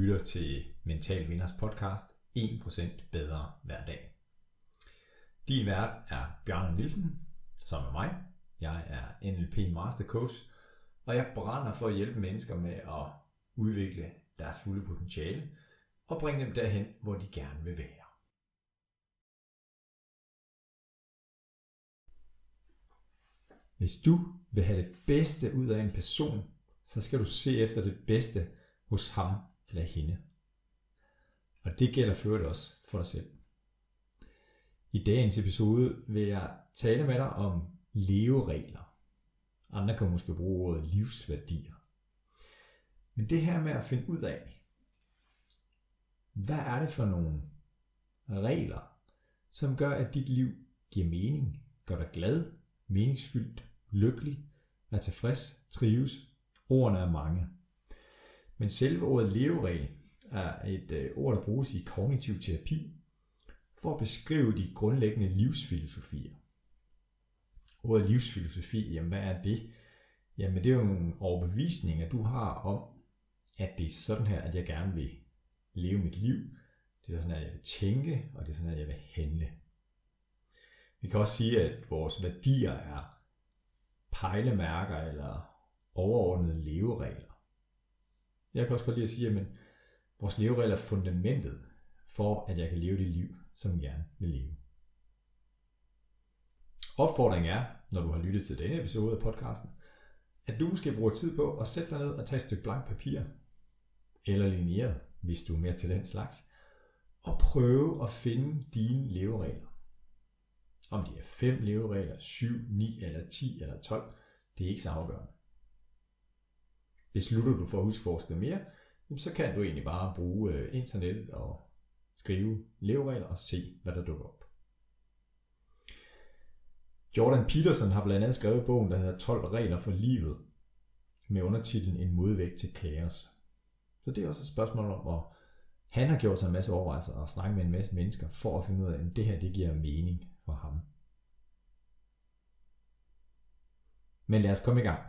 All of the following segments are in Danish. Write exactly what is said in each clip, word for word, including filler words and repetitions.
lytter til Mental Vinders podcast en procent bedre hver dag. Din vært er Bjarne Nielsen, som er mig. Jeg er N L P Master Coach, og jeg brænder for at hjælpe mennesker med at udvikle deres fulde potentiale og bringe dem derhen, hvor de gerne vil være. Hvis du vil have det bedste ud af en person, så skal du se efter det bedste hos ham eller hende. Og det gælder for øvrigt også for dig selv. I dagens episode vil jeg tale med dig om leveregler. Andre kan måske bruge ordet livsværdier. Men det her med at finde ud af, hvad er det for nogle regler, som gør, at dit liv giver mening, gør dig glad, meningsfyldt, lykkelig, er tilfreds, trives. Ordene er mange. Men selve ordet leveregel er et øh, ord, der bruges i kognitiv terapi for at beskrive de grundlæggende livsfilosofier. Ordet livsfilosofi, jamen hvad er det? Jamen det er jo nogle overbevisninger, du har om, at det er sådan her, at jeg gerne vil leve mit liv. Det er sådan her, jeg vil tænke, og det er sådan her, jeg vil handle. Vi kan også sige, at vores værdier er pejlemærker eller overordnede leveregler. Jeg kan også godt lide at sige, at vores leveregler er fundamentet for, at jeg kan leve det liv, som jeg gerne vil leve. Opfordringen er, når du har lyttet til denne episode af podcasten, at du måske bruger tid på at sætte dig ned og tage et stykke blankt papir, eller linjeret, hvis du er mere til den slags, og prøve at finde dine leveregler. Om de er fem leveregler, syv, ni eller ti eller tolv, det er ikke så afgørende. Beslutter du for at udforske mere, så kan du egentlig bare bruge internettet og skrive leveregler og se, hvad der dukker op. Jordan Peterson har blandt andet skrevet bogen, der hedder tolv regler for livet, med undertitlen En modvægt til kaos. Så det er også et spørgsmål om, at han har gjort sig en masse overvejelser og snakket med en masse mennesker, for at finde ud af, at det her det giver mening for ham. Men lad os komme i gang.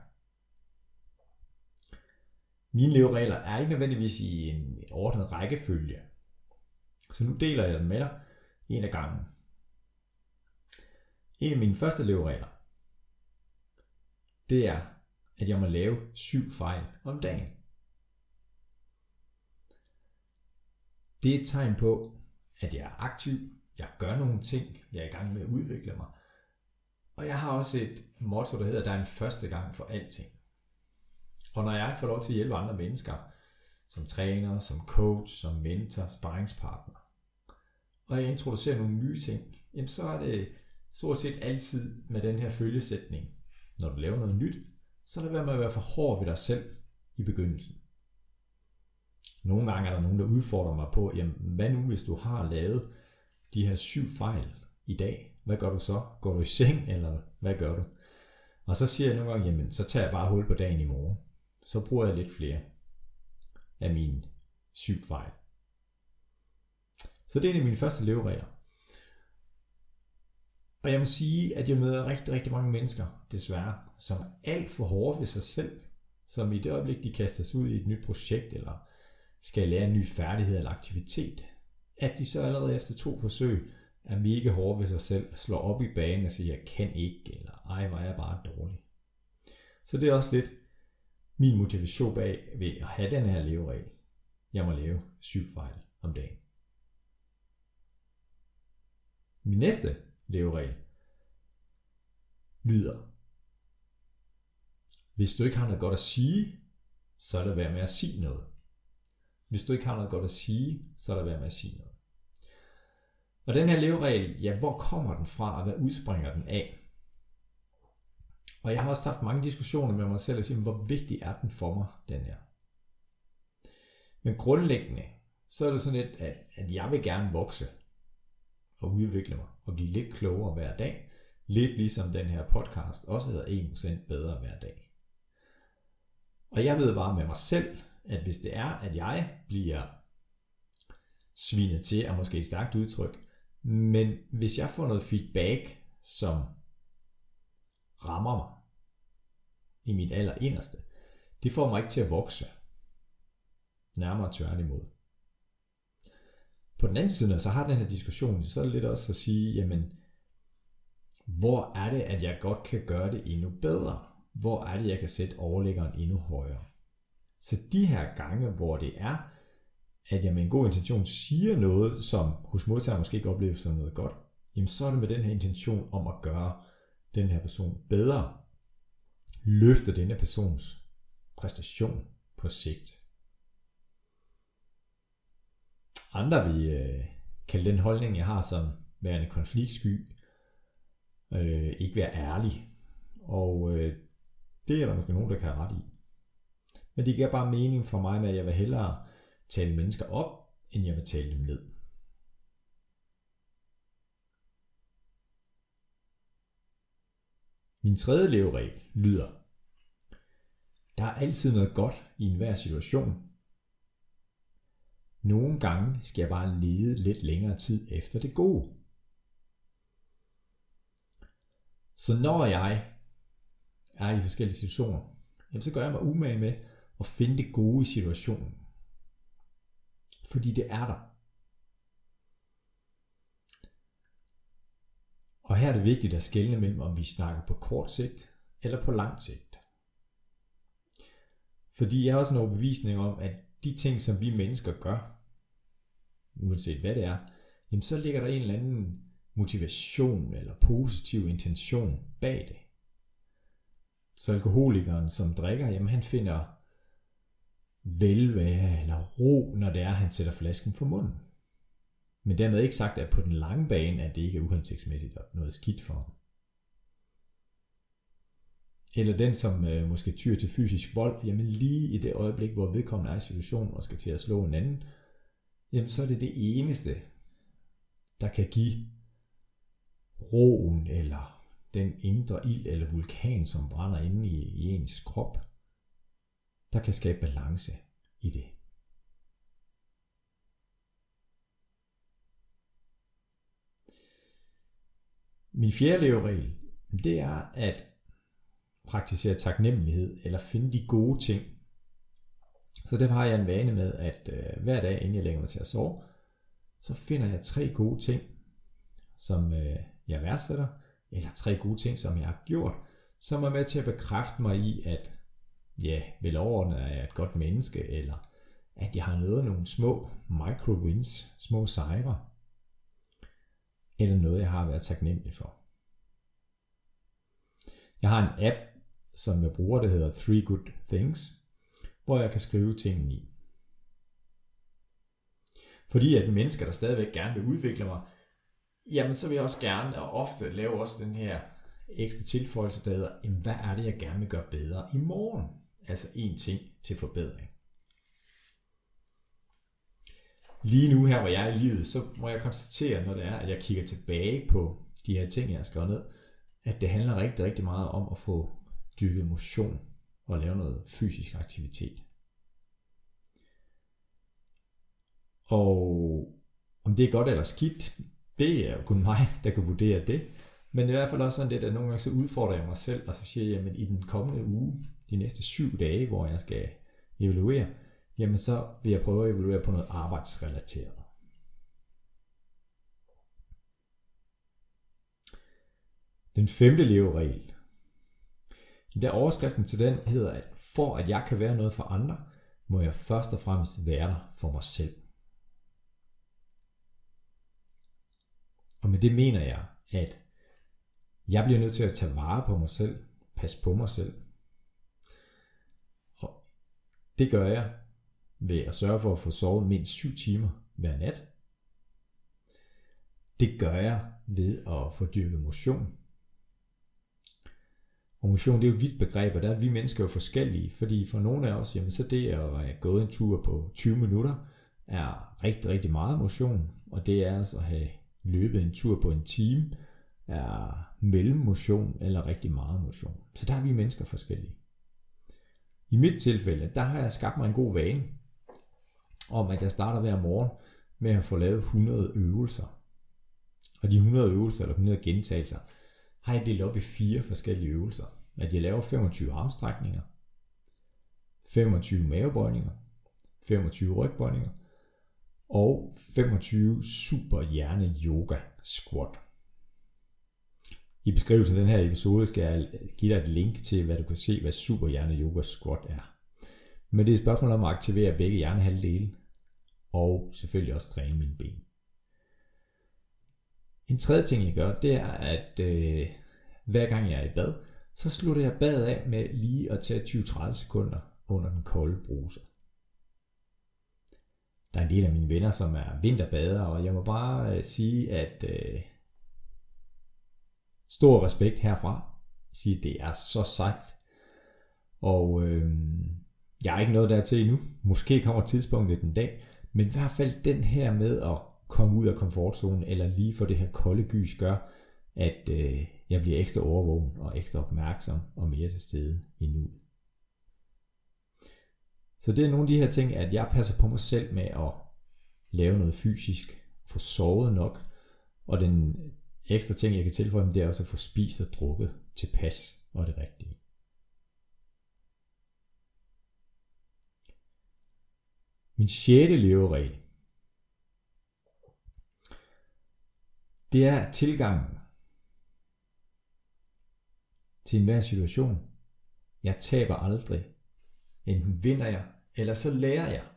Mine leveregler er ikke nødvendigvis i en ordnet rækkefølge, så nu deler jeg dem med dig en af gangen. En af mine første leveregler, det er, at jeg må lave syv fejl om dagen. Det er et tegn på, at jeg er aktiv, jeg gør nogle ting, jeg er i gang med at udvikle mig. Og jeg har også et motto, der hedder, at der er en første gang for alting. Og når jeg får lov til at hjælpe andre mennesker, som træner, som coach, som mentor, sparringspartner, og jeg introducerer nogle nye ting, jamen så er det stort set altid med den her følgesætning. Når du laver noget nyt, så lad være med at være for hård ved dig selv i begyndelsen. Nogle gange er der nogen, der udfordrer mig på, jamen hvad nu hvis du har lavet de her syv fejl i dag? Hvad gør du så? Går du i seng, eller hvad gør du? Og så siger jeg nogle gange, jamen så tager jeg bare hul på dagen i morgen. Så bruger jeg lidt flere af mine syv fejl. Så det er en af mine første leveregler. Og jeg må sige, at jeg møder rigtig, rigtig mange mennesker, desværre, som er alt for hårde ved sig selv, som i det øjeblik, de kaster sig ud i et nyt projekt, eller skal lære en ny færdighed eller aktivitet, at de så allerede efter to forsøg er mega hårde ved sig selv, slår op i banen og siger, jeg kan ikke, eller ej, hvor er jeg bare dårlig. Så det er også lidt min motivation bag ved at have den her leveregel. Jeg må lave syv fejl om dagen. Min næste leveregel lyder: hvis du ikke har noget godt at sige, så er der værd med at sige noget. Hvis du ikke har noget godt at sige, så er der værd med at sige noget. Og den her leveregel, ja, hvor kommer den fra, og hvad udspringer den af? Og jeg har også haft mange diskussioner med mig selv og sige, hvor vigtig er den for mig, den her. Men grundlæggende, så er det sådan lidt, at, at jeg vil gerne vokse og udvikle mig og blive lidt klogere hver dag. Lidt ligesom den her podcast også hedder en procent bedre hver dag. Og jeg ved bare med mig selv, at hvis det er, at jeg bliver svinet til, er måske et stærkt udtryk, men hvis jeg får noget feedback, som rammer mig i mit allerinderste, det får mig ikke til at vokse. Nærmere tværtimod. På den anden side, når så har den her diskussion, så er det lidt også at sige, jamen, hvor er det, at jeg godt kan gøre det endnu bedre? Hvor er det, jeg kan sætte overliggeren endnu højere? Så de her gange, hvor det er, at jeg med en god intention siger noget, som hos modtageren måske ikke opleves som noget godt, jamen så er det med den her intention om at gøre den her person bedre. Løfte denne persons præstation på sigt. Andre vil øh, kalde den holdning, jeg har som værende konfliktsky, øh, ikke være ærlig. Og øh, det er der måske nogen, der kan have ret i. Men det giver bare mening for mig med, at jeg vil hellere tale mennesker op, end jeg vil tale dem ned. Min tredje leveregel lyder: der er altid noget godt i enhver situation. Nogle gange skal jeg bare lede lidt længere tid efter det gode. Så når jeg er i forskellige situationer, jamen så gør jeg mig umage med at finde det gode i situationen. Fordi det er der. Og her er det vigtigt at skelne mellem, om vi snakker på kort sigt eller på lang sigt. Fordi jeg har også en overbevisning om, at de ting, som vi mennesker gør, uanset hvad det er, jamen så ligger der en eller anden motivation eller positiv intention bag det. Så alkoholikeren, som drikker, jamen han finder velvære eller ro, når det er, han sætter flasken for munden. Men dermed ikke sagt, at på den lange bane, at det ikke er uhensigtsmæssigt og noget skidt for ham. Eller den, som øh, måske tyr til fysisk vold, jamen lige i det øjeblik, hvor vedkommende er i situationen og skal til at slå en anden, jamen så er det det eneste, der kan give roen eller den indre ild eller vulkan, som brænder inde i, i ens krop, der kan skabe balance i det. Min fjerde leveregel, det er at praktisere taknemmelighed eller finde de gode ting. Så derfor har jeg en vane med, at øh, hver dag, inden jeg lægger mig til at sove, så finder jeg tre gode ting, som øh, jeg værdsætter, eller tre gode ting, som jeg har gjort, som er med til at bekræfte mig i, at ja, vel overordnet er jeg et godt menneske, eller at jeg har nået nogle små micro-wins, små sejre, eller noget, jeg har været taknemmelig for. Jeg har en app, som jeg bruger, der hedder Three Good Things, hvor jeg kan skrive tingene i. Fordi at mennesker, der stadigvæk gerne vil udvikle mig, jamen så vil jeg også gerne og ofte lave også den her ekstra tilføjelse, der hedder, jamen, hvad er det, jeg gerne vil gøre bedre i morgen? Altså en ting til forbedring. Lige nu her, hvor jeg er i livet, så må jeg konstatere, når det er, at jeg kigger tilbage på de her ting, jeg har skrevet ned, at det handler rigtig, rigtig meget om at få dyrket motion og lave noget fysisk aktivitet. Og om det er godt eller skidt, det er jo kun mig, der kan vurdere det. Men i hvert fald også sådan lidt, at nogle gange så udfordrer jeg mig selv, og så siger jeg, jamen i den kommende uge, de næste syv dage, hvor jeg skal evaluere, jamen så vil jeg prøve at evaluere på noget arbejdsrelateret. Den femte leveregel, der overskriften til den hedder, at for at jeg kan være noget for andre, må jeg først og fremmest være der for mig selv. Og med det mener jeg, at jeg bliver nødt til at tage vare på mig selv, passe på mig selv. Og det gør jeg ved at sørge for at få sovet mindst syv timer hver nat. Det gør jeg ved at få dyrket motion. Og motion, det er jo et vidt begreb, og der er vi mennesker jo forskellige, fordi for nogle af os, jamen så det at gå en tur på tyve minutter, er rigtig, rigtig meget motion, og det er altså at have løbet en tur på en time, er mellemmotion eller rigtig meget motion. Så der er vi mennesker forskellige. I mit tilfælde, der har jeg skabt mig en god vane, om at jeg starter hver morgen med at få lavet hundrede øvelser. Og de hundrede øvelser, eller hundrede gentagelser, har jeg delt op i fire forskellige øvelser. At jeg laver femogtyve armstrækninger, femogtyve mavebøjninger, femogtyve rygbøjninger og femogtyve super hjerne yoga squat. I beskrivelsen af den her episode skal jeg give dig et link til, hvad du kan se, hvad super hjerne yoga squat er. Men det er et spørgsmål om at aktivere begge hjernehalvdele og selvfølgelig også træne mine ben. En tredje ting jeg gør, det er at øh, hver gang jeg er i bad, så slutter jeg badet af med lige at tage tyve til tredive sekunder under den kolde bruser. Der er en del af mine venner, som er vinterbader, og jeg må bare øh, sige, at øh, stor respekt herfra. Sige, det er så sejt. Og øh, jeg er ikke nået dertil endnu. Måske kommer tidspunktet en dag. Men i hvert fald den her med at komme ud af komfortzonen, eller lige få det her kolde gys, gør, at øh, jeg bliver ekstra overvågen og ekstra opmærksom og mere til stede i nuet. Så det er nogle af de her ting, at jeg passer på mig selv med at lave noget fysisk, få sovet nok, og den ekstra ting, jeg kan tilføje, det er også at få spist og drukket tilpas og det rigtige. Min sjette leveregel, det er tilgangen til enhver situation. Jeg taber aldrig. Enten vinder jeg, eller så lærer jeg.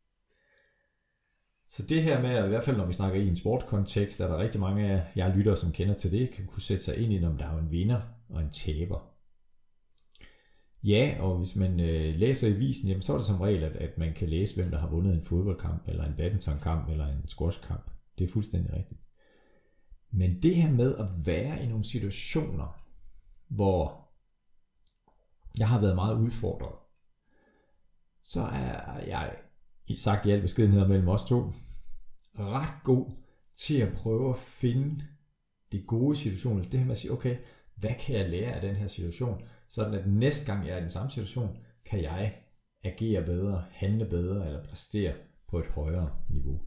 Så det her med, i hvert fald når vi snakker i en sportkontekst, er der rigtig mange af jer lyttere, som kender til det, kan kunne sætte sig ind i, om der er en vinder og en taber. Ja, og hvis man øh, læser i avisen, jamen, så er det som regel, at, at man kan læse, hvem der har vundet en fodboldkamp, eller en badmintonkamp, eller en squashkamp. Det er fuldstændig rigtigt. Men det her med at være i nogle situationer, hvor jeg har været meget udfordret, så er jeg, i sagt i al beskedenhed mellem os to, ret god til at prøve at finde de gode situationer. Det her med at sige, okay, hvad kan jeg lære af den her situation? Sådan at næste gang jeg er i den samme situation, kan jeg agere bedre, handle bedre eller præstere på et højere niveau.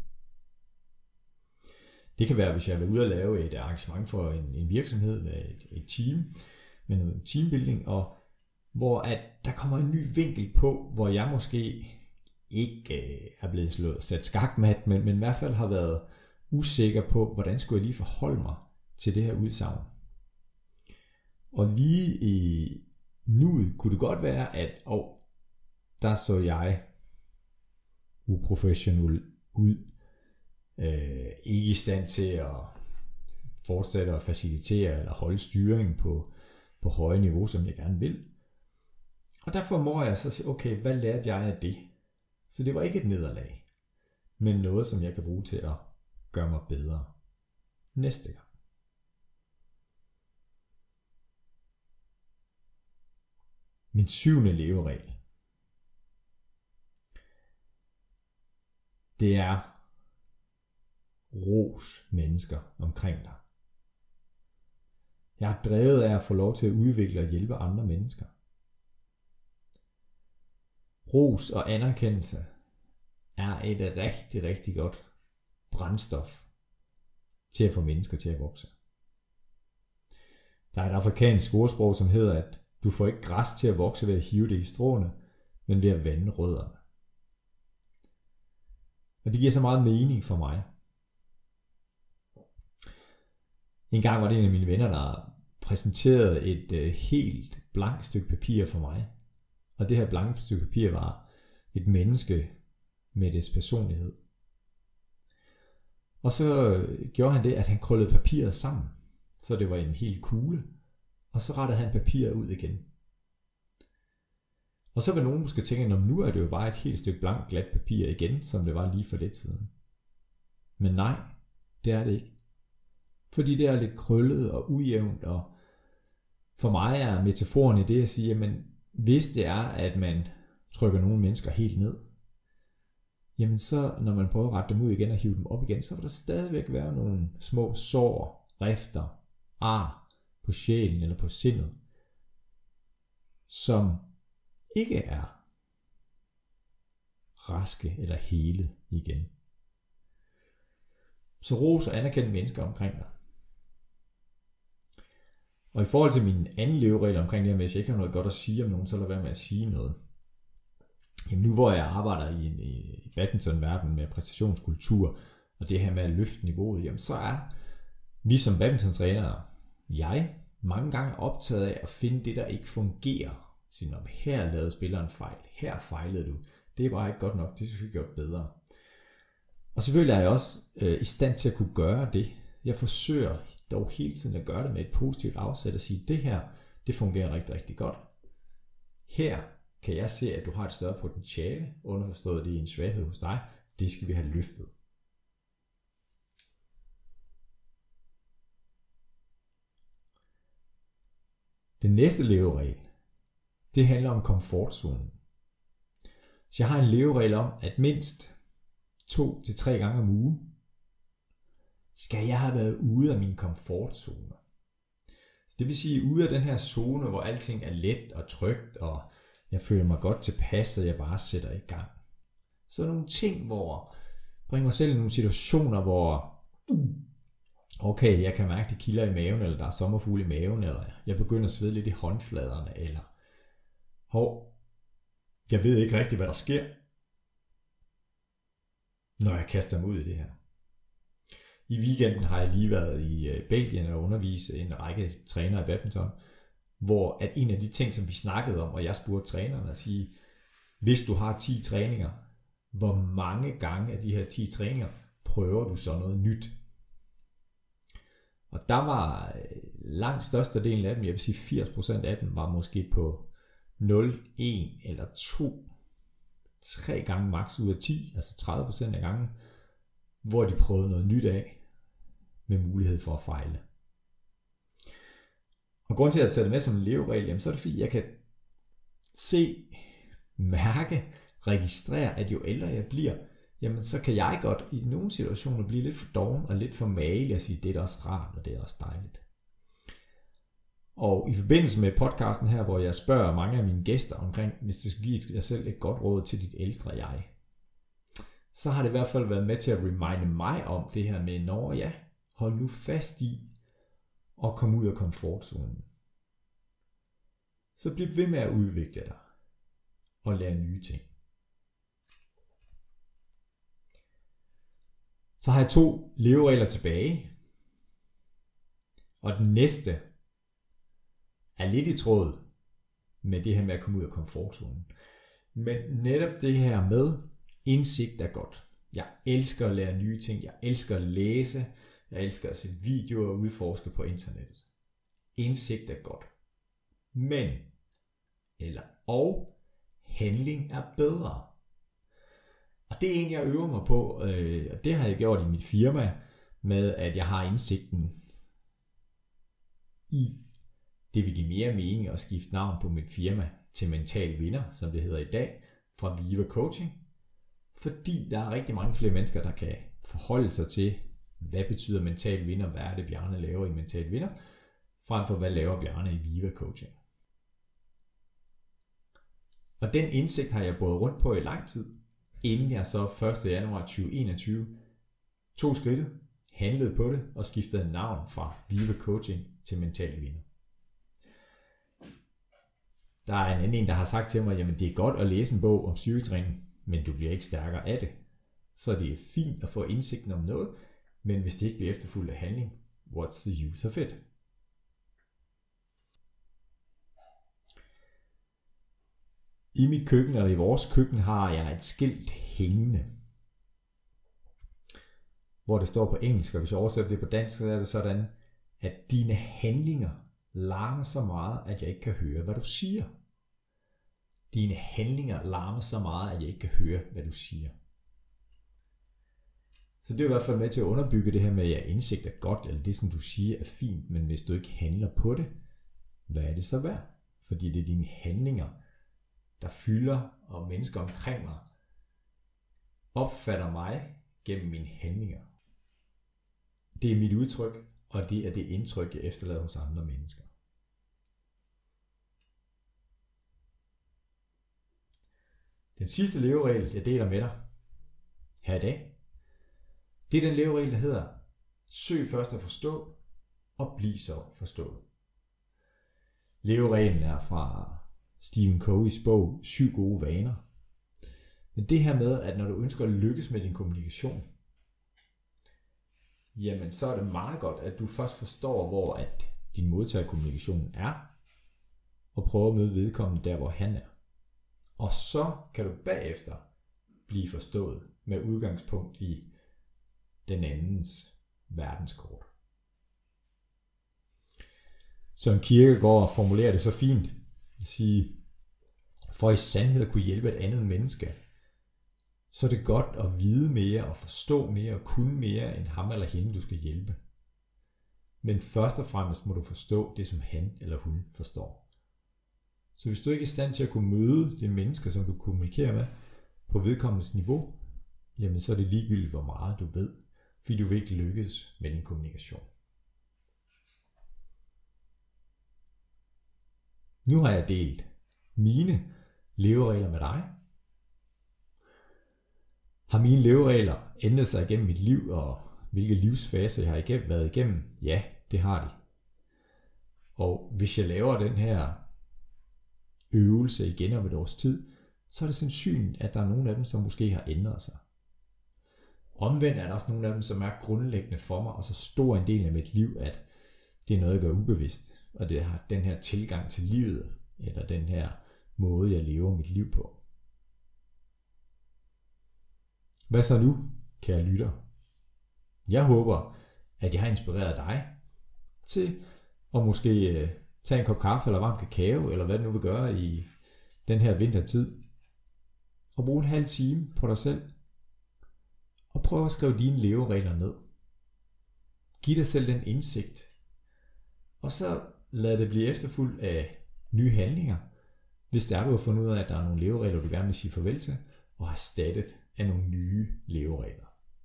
Det kan være, hvis jeg vil ud og lave et arrangement for en, en virksomhed med et, et team, med noget teambuilding, og hvor at der kommer en ny vinkel på, hvor jeg måske ikke øh, er blevet slået, sat skakmat, men, men i hvert fald har været usikker på, hvordan skulle jeg lige forholde mig til det her udsagn. Og lige i nuet kunne det godt være, at oh, der så jeg uprofessionel ud, øh, ikke i stand til at fortsætte at facilitere eller holde styringen på, på høje niveau, som jeg gerne vil. Og derfor må jeg så sige, okay, hvad lærte jeg af det? Så det var ikke et nederlag, men noget, som jeg kan bruge til at gøre mig bedre næste gang. Min syvende leveregel, det er ros mennesker omkring dig. Jeg er drevet af at få lov til at udvikle og hjælpe andre mennesker. Ros og anerkendelse er et rigtig, rigtig godt brændstof til at få mennesker til at vokse. Der er et afrikansk ordsprog, som hedder, at du får ikke græs til at vokse ved at hive det i stråene, men ved at vande rødderne. Og det giver så meget mening for mig. En gang var det en af mine venner, der præsenterede et øh, helt blankt stykke papir for mig. Og det her blanke stykke papir var et menneske med dets personlighed. Og så gjorde han det, at han krøllede papiret sammen, så det var en hel kugle. Og så rettede han papiret ud igen. Og så vil nogen måske tænke, at nu er det jo bare et helt stykke blankt glat papir igen, som det var lige for lidt siden. Men nej, det er det ikke. Fordi det er lidt krøllet og ujævnt, og for mig er metaforen i det at sige, jamen hvis det er, at man trykker nogle mennesker helt ned, jamen så når man prøver at rette dem ud igen og hive dem op igen, så vil der stadigvæk være nogle små sår, rifter, ar på sjælen eller på sindet, som ikke er raske eller hele igen. Så ros og anerkend mennesker omkring dig. Og i forhold til min anden leveregel omkring det her med, hvis jeg ikke har noget godt at sige om nogen, så lad være med at sige noget. jamen nu hvor jeg arbejder i en i badmintonverden med præstationskultur, og det her med at løfte niveauet, jamen så er vi som badmintontrænere, jeg, mange gange optaget af at finde det, der ikke fungerer. Sige, om her lavede spilleren fejl, her fejlede du, det er bare ikke godt nok, det skal vi gjort bedre. Og selvfølgelig er jeg også øh, i stand til at kunne gøre det. Jeg forsøger dog hele tiden at gøre det med et positivt afsæt og sige, det her, det fungerer rigtig, rigtig godt. Her kan jeg se, at du har et større potentiale, underforstået det i en svaghed hos dig, det skal vi have løftet. Den næste leveregel, det handler om komfortzonen. Så jeg har en leveregel om, at mindst to til tre gange om ugen, skal jeg have været ude af min komfortzone. Så det vil sige ude af den her zone, hvor alting er let og trygt, og jeg føler mig godt tilpas, og jeg bare sætter i gang. Så nogle ting, hvor bringer mig selv i nogle situationer, hvor okay, jeg kan mærke, det kilder i maven, eller der er sommerfugle i maven, eller jeg begynder at svede lidt i håndfladerne, eller hov, jeg ved ikke rigtig, hvad der sker, når jeg kaster mig ud i det her. I weekenden har jeg lige været i Belgien og undervise en række trænere i badminton, hvor at en af de ting, som vi snakkede om, og jeg spurgte træneren at sige, hvis du har ti træninger, hvor mange gange af de her ti træninger prøver du så noget nyt? Og der var langt størstedelen af dem, jeg vil sige firs procent af dem, var måske på nul, en eller to, tre gange maks ud af ti, altså tredive procent af gangen, hvor de prøvede noget nyt af, med mulighed for at fejle. Og grund til at tage det med som en leveregel, jamen så er det fordi, jeg kan se, mærke, registrere, at jo ældre jeg bliver, jamen så kan jeg godt i nogle situationer blive lidt for doven og lidt for magelig og sige, det er da også rart, og det er også dejligt. Og i forbindelse med podcasten her, hvor jeg spørger mange af mine gæster omkring, hvis det skulle give jer selv et godt råd til dit ældre jeg, så har det i hvert fald været med til at reminde mig om det her med, når ja, hold nu fast i at komme ud af komfortzonen. Så bliv ved med at udvikle dig og lære nye ting. Så har jeg to leveregler tilbage. Og den næste er lidt i tråd med det her med at komme ud af komfortzonen. Men netop det her med indsigt er godt. Jeg elsker at lære nye ting. Jeg elsker at læse. Jeg elsker at se videoer og udforske på internettet. Indsigt er godt. Men, eller og, handling er bedre. Og det er en, jeg øver mig på, øh, og det har jeg gjort i mit firma, med at jeg har indsigten i, det vil give mere mening at skifte navn på mit firma til Mental Vinder, som det hedder i dag, fra Viva Coaching. Fordi der er rigtig mange flere mennesker, der kan forholde sig til, hvad betyder Mental Vinder, hvad er det Bjarne laver i Mental Vinder, frem for hvad laver Bjarne i Viva Coaching. Og den indsigt har jeg båret rundt på i lang tid, inden jeg så første januar tyve enogtyve tog skridtet, handlede på det og skiftede navn fra Viva Coaching til Mental Vinder. Der er en anden, der har sagt til mig, jamen det er godt at læse en bog om styrketræning, men du bliver ikke stærkere af det. Så det er fint at få indsigten om noget, men hvis det ikke bliver efterfulgt af handling, what's the use of it? I mit køkken, eller i vores køkken, har jeg et skilt hængende, hvor det står på engelsk, og hvis jeg oversætter det på dansk, så er det sådan, at dine handlinger larmer så meget, at jeg ikke kan høre, hvad du siger. Dine handlinger larmer så meget, at jeg ikke kan høre, hvad du siger. Så det er i hvert fald med til at underbygge det her med, at indsigt er godt, eller det som du siger er fint, men hvis du ikke handler på det, hvad er det så værd? Fordi det er dine handlinger, der fylder, og mennesker omkring mig opfatter mig gennem mine handlinger. Det er mit udtryk, og det er det indtryk, jeg efterlader hos andre mennesker. Den sidste leveregel, jeg deler med dig her i dag, det er den leveregel, der hedder, søg først at forstå, og bliv så forstået. Levereglen er fra Stephen Coveys bog Syv gode vaner. Men det her med, at når du ønsker at lykkes med din kommunikation, jamen så er det meget godt, at du først forstår, hvor at din modtagerkommunikation er, og prøver at møde vedkommende der, hvor han er. Og så kan du bagefter blive forstået med udgangspunkt i den andens verdenskort. Søren Kierkegaard formulerer det så fint, at sige, for i sandhed at kunne hjælpe et andet menneske, så er det godt at vide mere og forstå mere og kunne mere end ham eller hende, du skal hjælpe. Men først og fremmest må du forstå det, som han eller hun forstår. Så hvis du ikke er i stand til at kunne møde de mennesker, som du kommunikerer med, på vedkommendes niveau, jamen så er det ligegyldigt, hvor meget du ved, fordi du vil ikke lykkes med din kommunikation. Nu har jeg delt mine leveregler med dig. Har mine leveregler ændret sig igennem mit liv, og hvilke livsfaser jeg har igennem, været igennem? Ja, det har de. Og hvis jeg laver den her øvelse igen om et års tid, så er det sandsynligt, at der er nogle af dem, som måske har ændret sig. Omvendt er der også nogle af dem, som er grundlæggende for mig, og så stor en del af mit liv, at det er noget, jeg gør ubevidst. Og det har den her tilgang til livet, eller den her måde, jeg lever mit liv på. Hvad så nu, kære lytter? Jeg håber, at jeg har inspireret dig til at måske tage en kop kaffe eller varm kakao, eller hvad du nu vil gøre i den her vintertid, og bruge en halv time på dig selv, og prøv at skrive dine leveregler ned. Giv dig selv den indsigt, og så lad det blive efterfulgt af nye handlinger, hvis der er, du har fundet ud af, at der er nogle leveregler, du gerne vil sige farvel til, og har erstattet af nogle nye leveregler.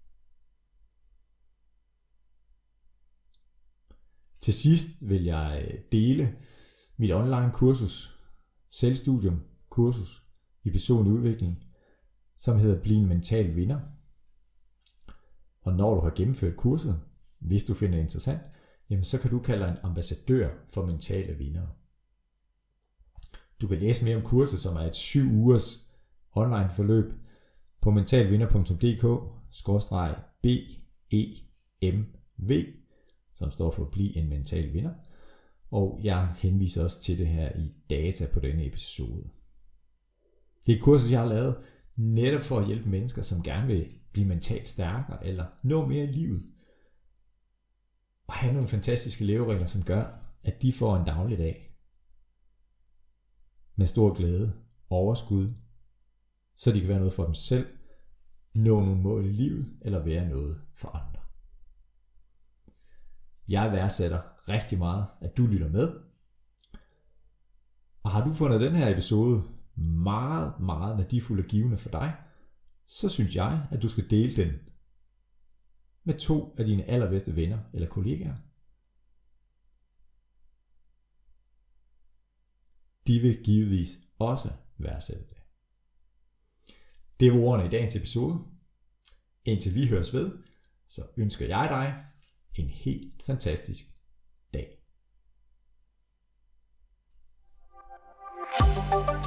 Til sidst vil jeg dele mit online kursus, selvstudium kursus i personlig udvikling, som hedder Bliv en mental vinder. Og når du har gennemført kurset, hvis du finder det interessant, jamen så kan du kalde dig en ambassadør for mentale vindere. Du kan læse mere om kurset, som er et syv ugers online forløb på mentalvinder punktum d k skråstreg b e m v, som står for Bliv en mental vinder. Og jeg henviser også til det her i data på denne episode. Det er et kursus, jeg har lavet netop for at hjælpe mennesker, som gerne vil blive mentalt stærkere eller nå mere i livet. Og have nogle fantastiske leveregler, som gør, at de får en dagligdag med stor glæde, overskud, så de kan være noget for dem selv, nå nogle mål i livet, eller være noget for andre. Jeg værdsætter rigtig meget, at du lytter med. Og har du fundet den her episode meget, meget værdifuld og givende for dig, så synes jeg, at du skal dele den med to af dine allerbedste venner eller kollegaer. De vil givetvis også værdsætte det. Det var ordene i dagens episode. Indtil vi høres ved, så ønsker jeg dig en helt fantastisk dag.